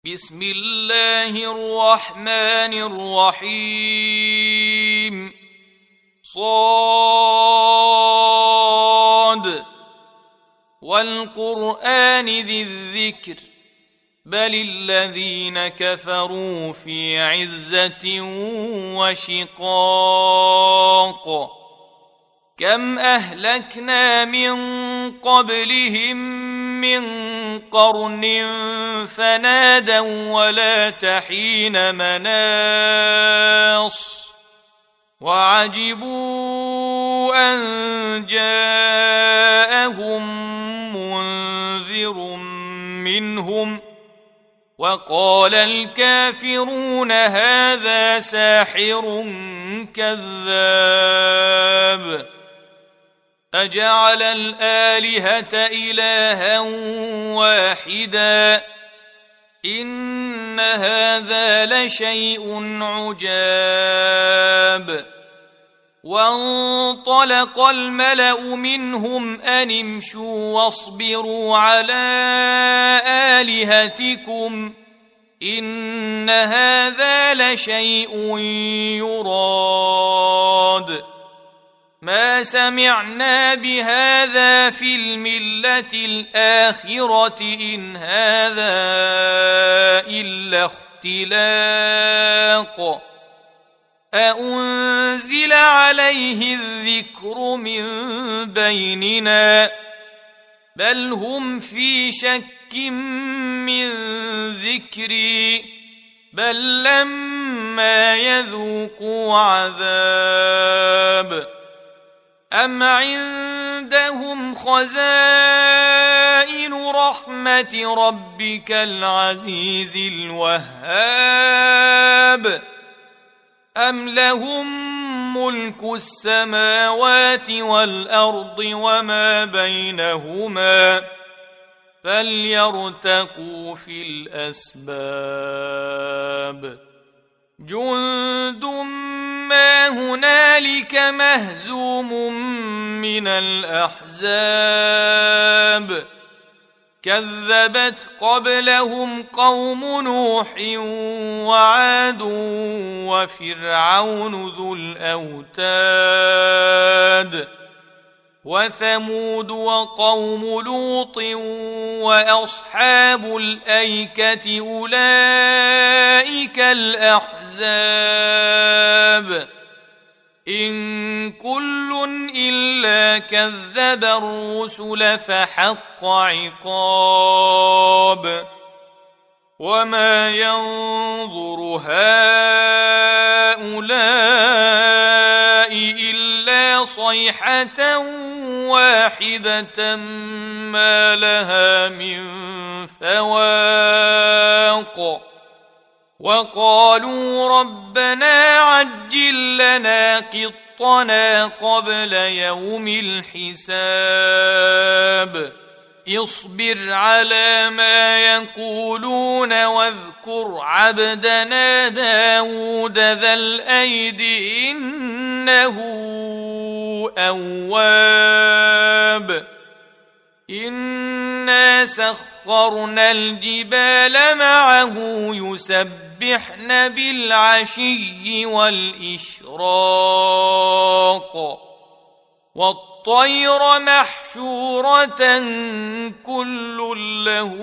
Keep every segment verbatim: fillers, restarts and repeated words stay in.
بسم الله الرحمن الرحيم صاد والقرآن ذي الذكر بل الذين كفروا في عزة وشقاق كم أهلكنا من قبلهم من قرن فنادوا ولا تحين مناص وعجبوا أن جاءهم منذر منهم وقال الكافرون هذا ساحر كذاب أجعل الآلهة إلها واحدا إن هذا لشيء عجاب وانطلق الملأ منهم أن امشوا واصبروا على آلهتكم إن هذا لشيء يراد ما سمعنا بهذا في الملة الآخرة إن هذا إلا اختلاق أأنزل عليه الذكر من بيننا بل هم في شك من ذكري بل لما يذوقوا عذاب أم عندهم خزائن رحمة ربك العزيز الوهاب أم لهم ملك السماوات والأرض وما بينهما فليرتقوا في الأسباب جند ما هنالك مهزوم من الأحزاب كذبت قبلهم قوم نوح وعاد وفرعون ذو الأوتاد وثمود وقوم لوط وأصحاب الأيكة أولئك الأحزاب إن كل إلا كذب الرسل فحق عقاب وما ينظر هؤلاء إلا صيحة واحدة ما لها من فواق وقالوا ربنا عجل لنا قطنا قبل يوم الحساب اصبر على ما يقولون واذكر عبدنا داود ذا الأيد إنه أواب إنا سخرنا الجبال معه يسبحن بالعشي والإشراق والطير محشورة كل له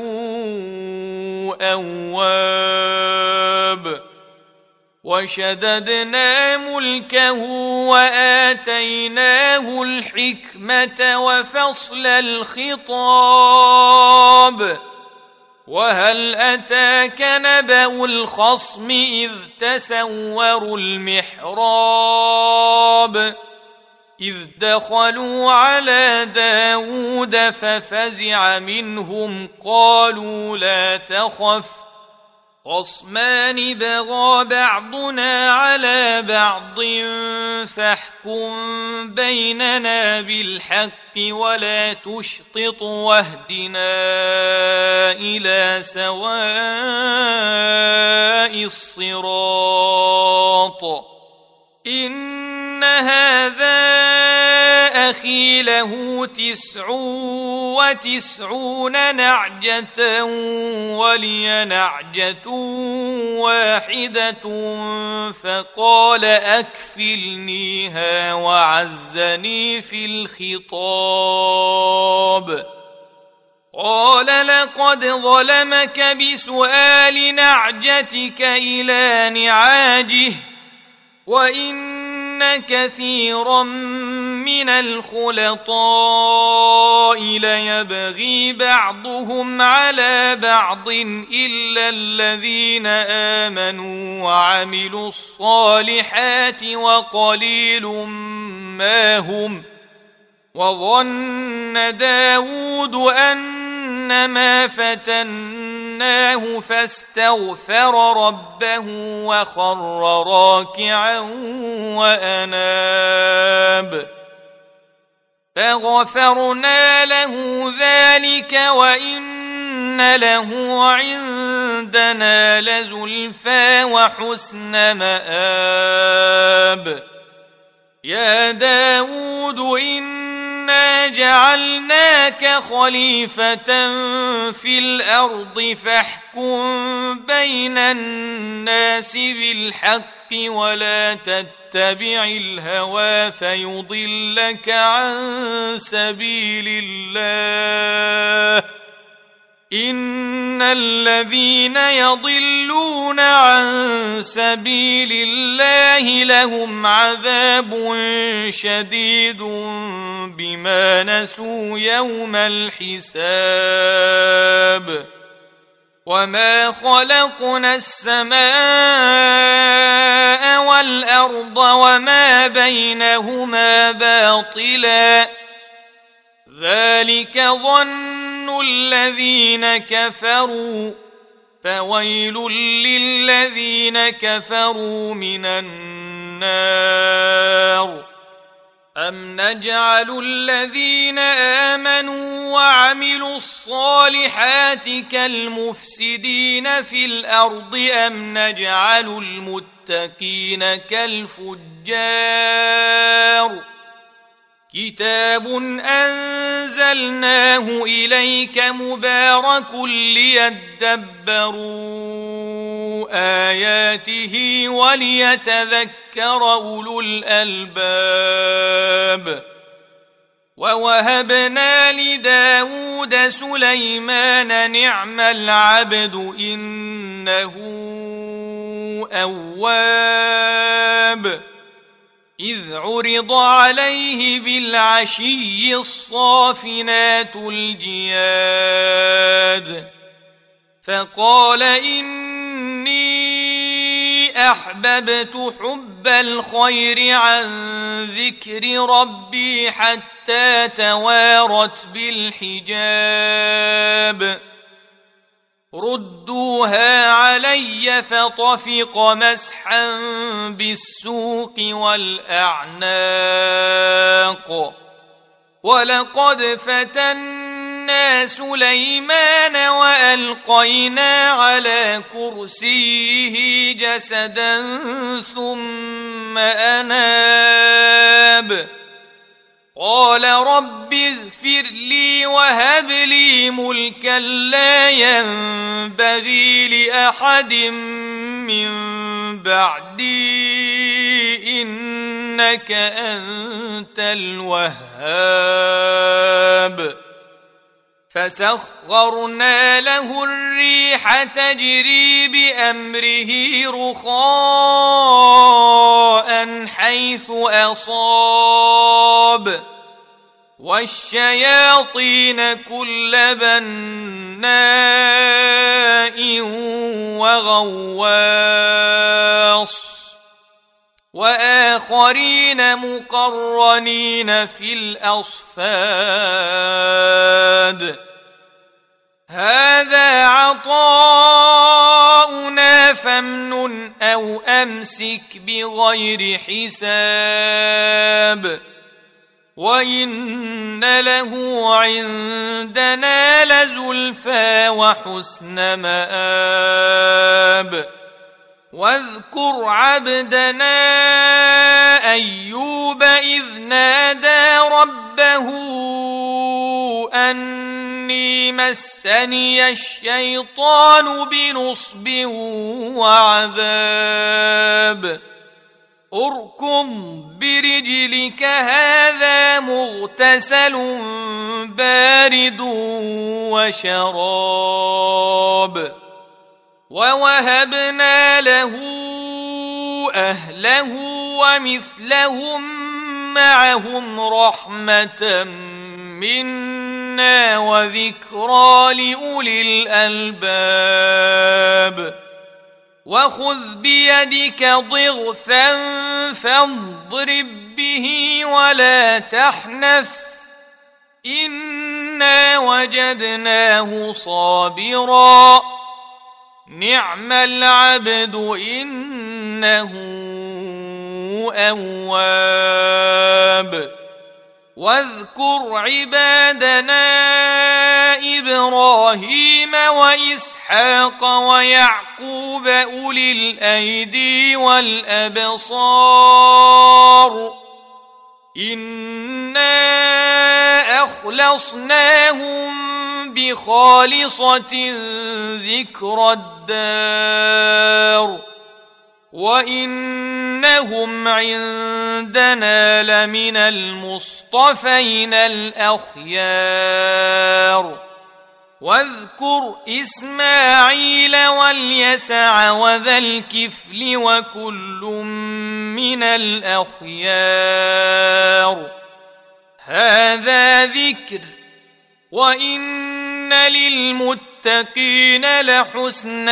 أواب وشددنا ملكه وآتيناه الحكمة وفصل الخطاب وهل أتاك نبأ الخصم إذ تسوروا المحراب إذ دخلوا على داود ففزع منهم قالوا لا تخف خصمان بغى بعضنا على بعض فاحكم بيننا بالحق ولا تشطط واهدنا إلى سواء الصراط إن هذا أخي أخي له تسع وتسعون نعجة ولي نعجة واحدة فقال أكفلنيها وعزني في الخطاب. قال لقد ظلمك بسؤال نعجتك إلى نعاجه وإن كثيرا من الخلطاء ليبغي بعضهم على بعض إلا الذين آمنوا وعملوا الصالحات وقليل ما هم. وظن داود أنما فتناه فاستغفر ربه وخر راكعا وأناب فغفرنا له ذلك وإن له عندنا لزلفى وحسن مآب. يا داود إنا جعلناك خليفة في الأرض فاحكم بين الناس بالحق ولا تتبع الهوى فيضلك عن سبيل الله. إن الذين يضلون عن سبيل الله لهم عذاب شديد بما نسوا يوم الحساب. وما خلقنا السماء والأرض وما بينهما باطلا ذلك ظن الذين كفروا فويل للذين كفروا من النار. أم نجعل الذين آمنوا وعملوا الصالحات كالمفسدين في الأرض أم نجعل المتقين كالفجار. كتاب أنزلناه إليك مبارك ليدبروا آياته وليتذكر أولو الألباب. ووهبنا لداود سليمان نعم العبد إنه أواب. إذ عرض عليه بالعشي الصافنات الجياد فقال إني أحببت حب الخير عن ذكر ربي حتى توارت بالحجاب. ردوها علي فطفق مسحا بالسوق والأعناق. ولقد فتنا سليمان وألقينا على كرسيه جسدا ثم أناب. قال رب اغفر لي وهب لي ملكا لا ينبغي لأحد من بعدي إنك أنت الوهاب. فسخرنا له الريح تجري بأمره رخاء حيث أصاب والشياطين كل بناء وغواص وآخرين مقرنين في الأصفاد. هذا عطاؤنا فامنن أو أمسك بغير حساب. وإن له عندنا لزلفى وحسن مآب. واذكر عبدنا أيوب إذ نادى ربه ربه أني مسني الشيطان بنصب وعذاب اركض برجلك هذا مغتسل بارد وشراب ووهبنا له أهله ومثلهم معهم رحمة منا وذكرى لأولي الألباب وخذ بيدك ضغثا فاضرب به ولا تحنث إنا وجدناه صابرا نعم العبد إنه أواب واذكر عبادنا إبراهيم وإسحاق ويعقوب أولي الأيدي والأبصار إنا أخلصناهم بخالصة ذكر الدار وإنهم عندنا لمن المصطفين الأخيار واذكر إسماعيل واليسع وذا الكفل وكل من الأخيار هذا ذكر وإن للمتقين لحسن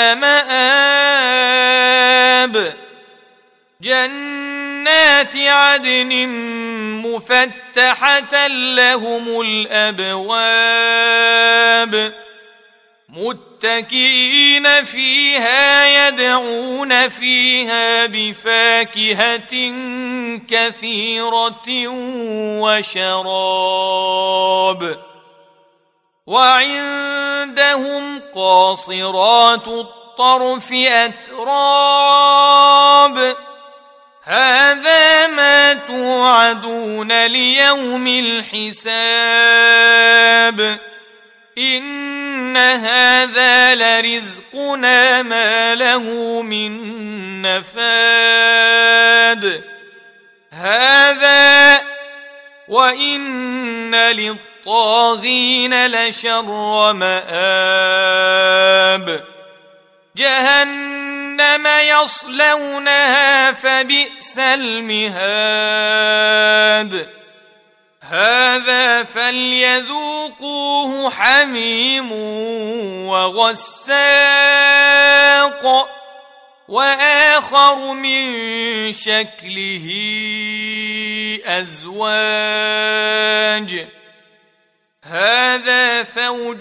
مآب جنات عدن مفتحة لهم الأبواب متكئين فيها يدعون فيها بفاكهة كثيرة وشراب وعندهم قاصرات الطرف أتراب هذا ما توعدون ليوم الحساب إن هذا لرزقنا ما له من نفاد هذا وإن للطاغين لشر مآب جهنم يصلونها فبئس المهاد هذا فليذوقوه حميم وغساق وآخر من شكله أزواج هذا فوج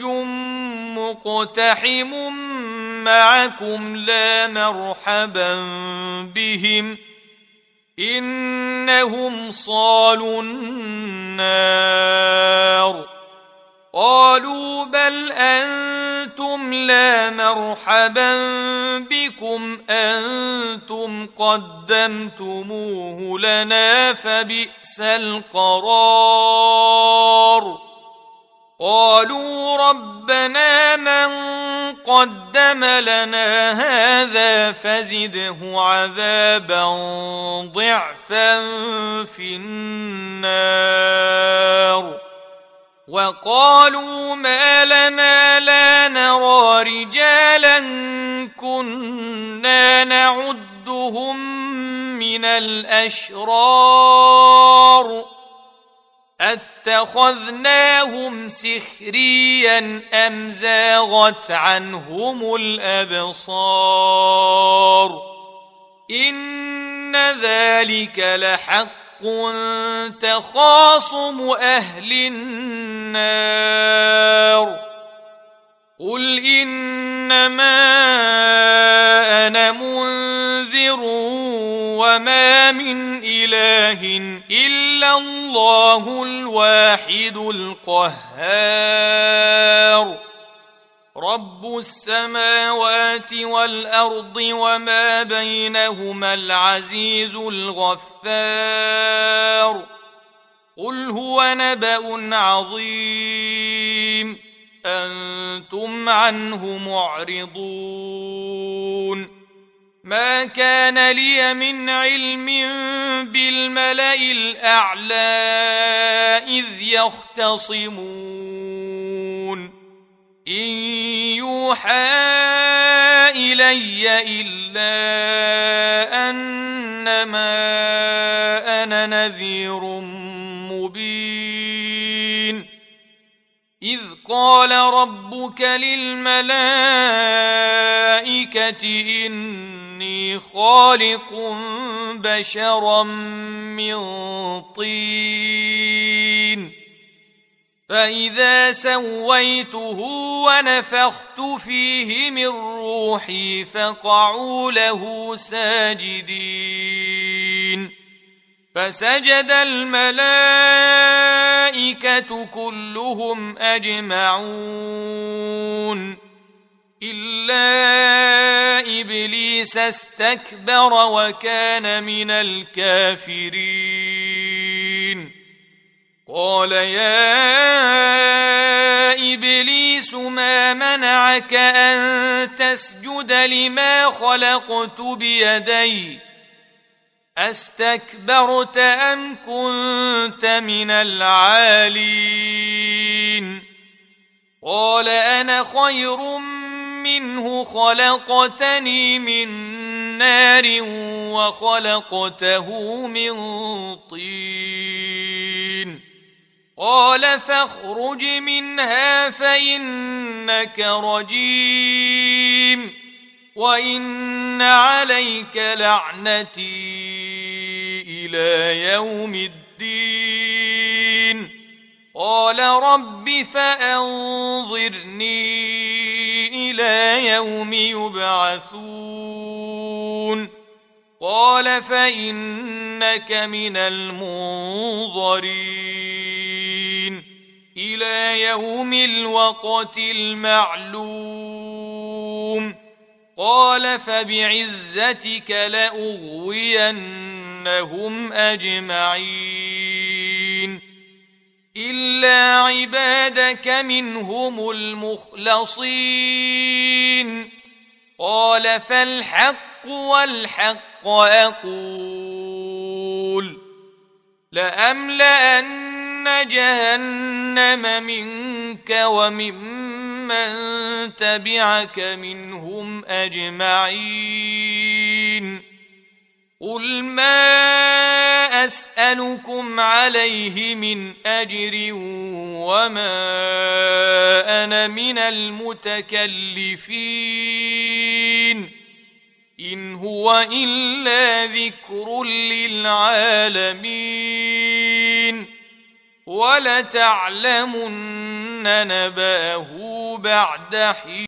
مقتحم معكم لا مرحبا بهم إنهم صالوا النار قالوا بل أنتم لا مرحبا بكم أنتم قدمتموه لنا فبئس القرار قالوا ربنا من قدم لنا هذا فزده عذابا ضعفا في النار وقالوا ما لنا لا نرى رجالا كنا نعدهم من الأشرار أتخذناهم سخريا أم زاغت عنهم الأبصار إن ذلك لحق تخاصم أهل النار قل إنما أنا منذر وما من إله إلا الله الواحد القهار رب السماوات والأرض وما بينهما العزيز الغفار قل هو نبأ عظيم أنتم عنه معرضون ما كان لي من علم بالملأ الأعلى إذ يختصمون إن يوحى إلي إلا أنما أنا نذير مبين إذ قال ربك للملائكة إني خالق بشرا من طين فإذا سويته ونفخت فيه من روحي فقعوا له ساجدين فسجد الملائكة كلهم أجمعون إلا إبليس استكبر وكان من الكافرين قال يا إبليس ما منعك أن تسجد لما خلقت بيدي أستكبرت أم كنت من العالين قال أنا خير منه خلقتني من نار وخلقته من طين قال فاخرج منها فإنك رجيم وإن عليك لعنتي إلى يوم الدين قال رب فأنظرني إلى يوم يبعثون قال فإنك من المنظرين إلى يوم الوقت المعلوم قال فبعزتك لأغوينهم أجمعين إلا عبادك منهم المخلصين قال فالحق والحق أقول لأملأن جهنم منك وممن تبعك منهم أجمعين قل ما أسألكم عليه من أجر وما أنا من المتكلفين إن هو إلا ذكر للعالمين ولتعلمن نبأه بعد حين